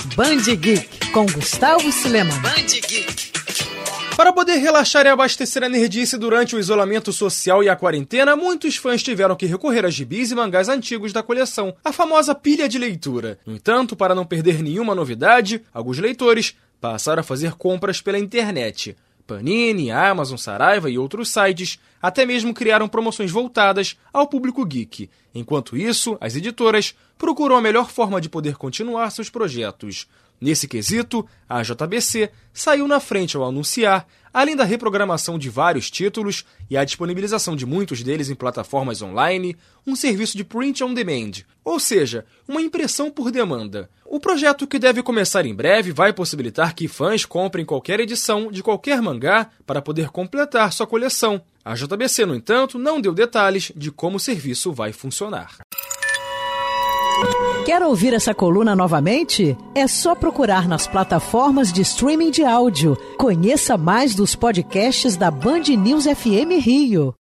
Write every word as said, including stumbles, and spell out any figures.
Band Geek, com Gustavo Cileman. Band Geek. Para poder relaxar e abastecer a nerdice durante o isolamento social e a quarentena, muitos fãs tiveram que recorrer a gibis e mangás antigos da coleção, a famosa pilha de leitura. No entanto, para não perder nenhuma novidade, alguns leitores passaram a fazer compras pela internet. Panini, Amazon, Saraiva e outros sites até mesmo criaram promoções voltadas ao público geek. Enquanto isso, as editoras procuram a melhor forma de poder continuar seus projetos. Nesse quesito, a J B C saiu na frente ao anunciar, além da reprogramação de vários títulos e a disponibilização de muitos deles em plataformas online, um serviço de print on demand, ou seja, uma impressão por demanda. O projeto, que deve começar em breve, vai possibilitar que fãs comprem qualquer edição de qualquer mangá para poder completar sua coleção. A J B C, no entanto, não deu detalhes de como o serviço vai funcionar. Quer ouvir essa coluna novamente? É só procurar nas plataformas de streaming de áudio. Conheça mais dos podcasts da Band News F M Rio.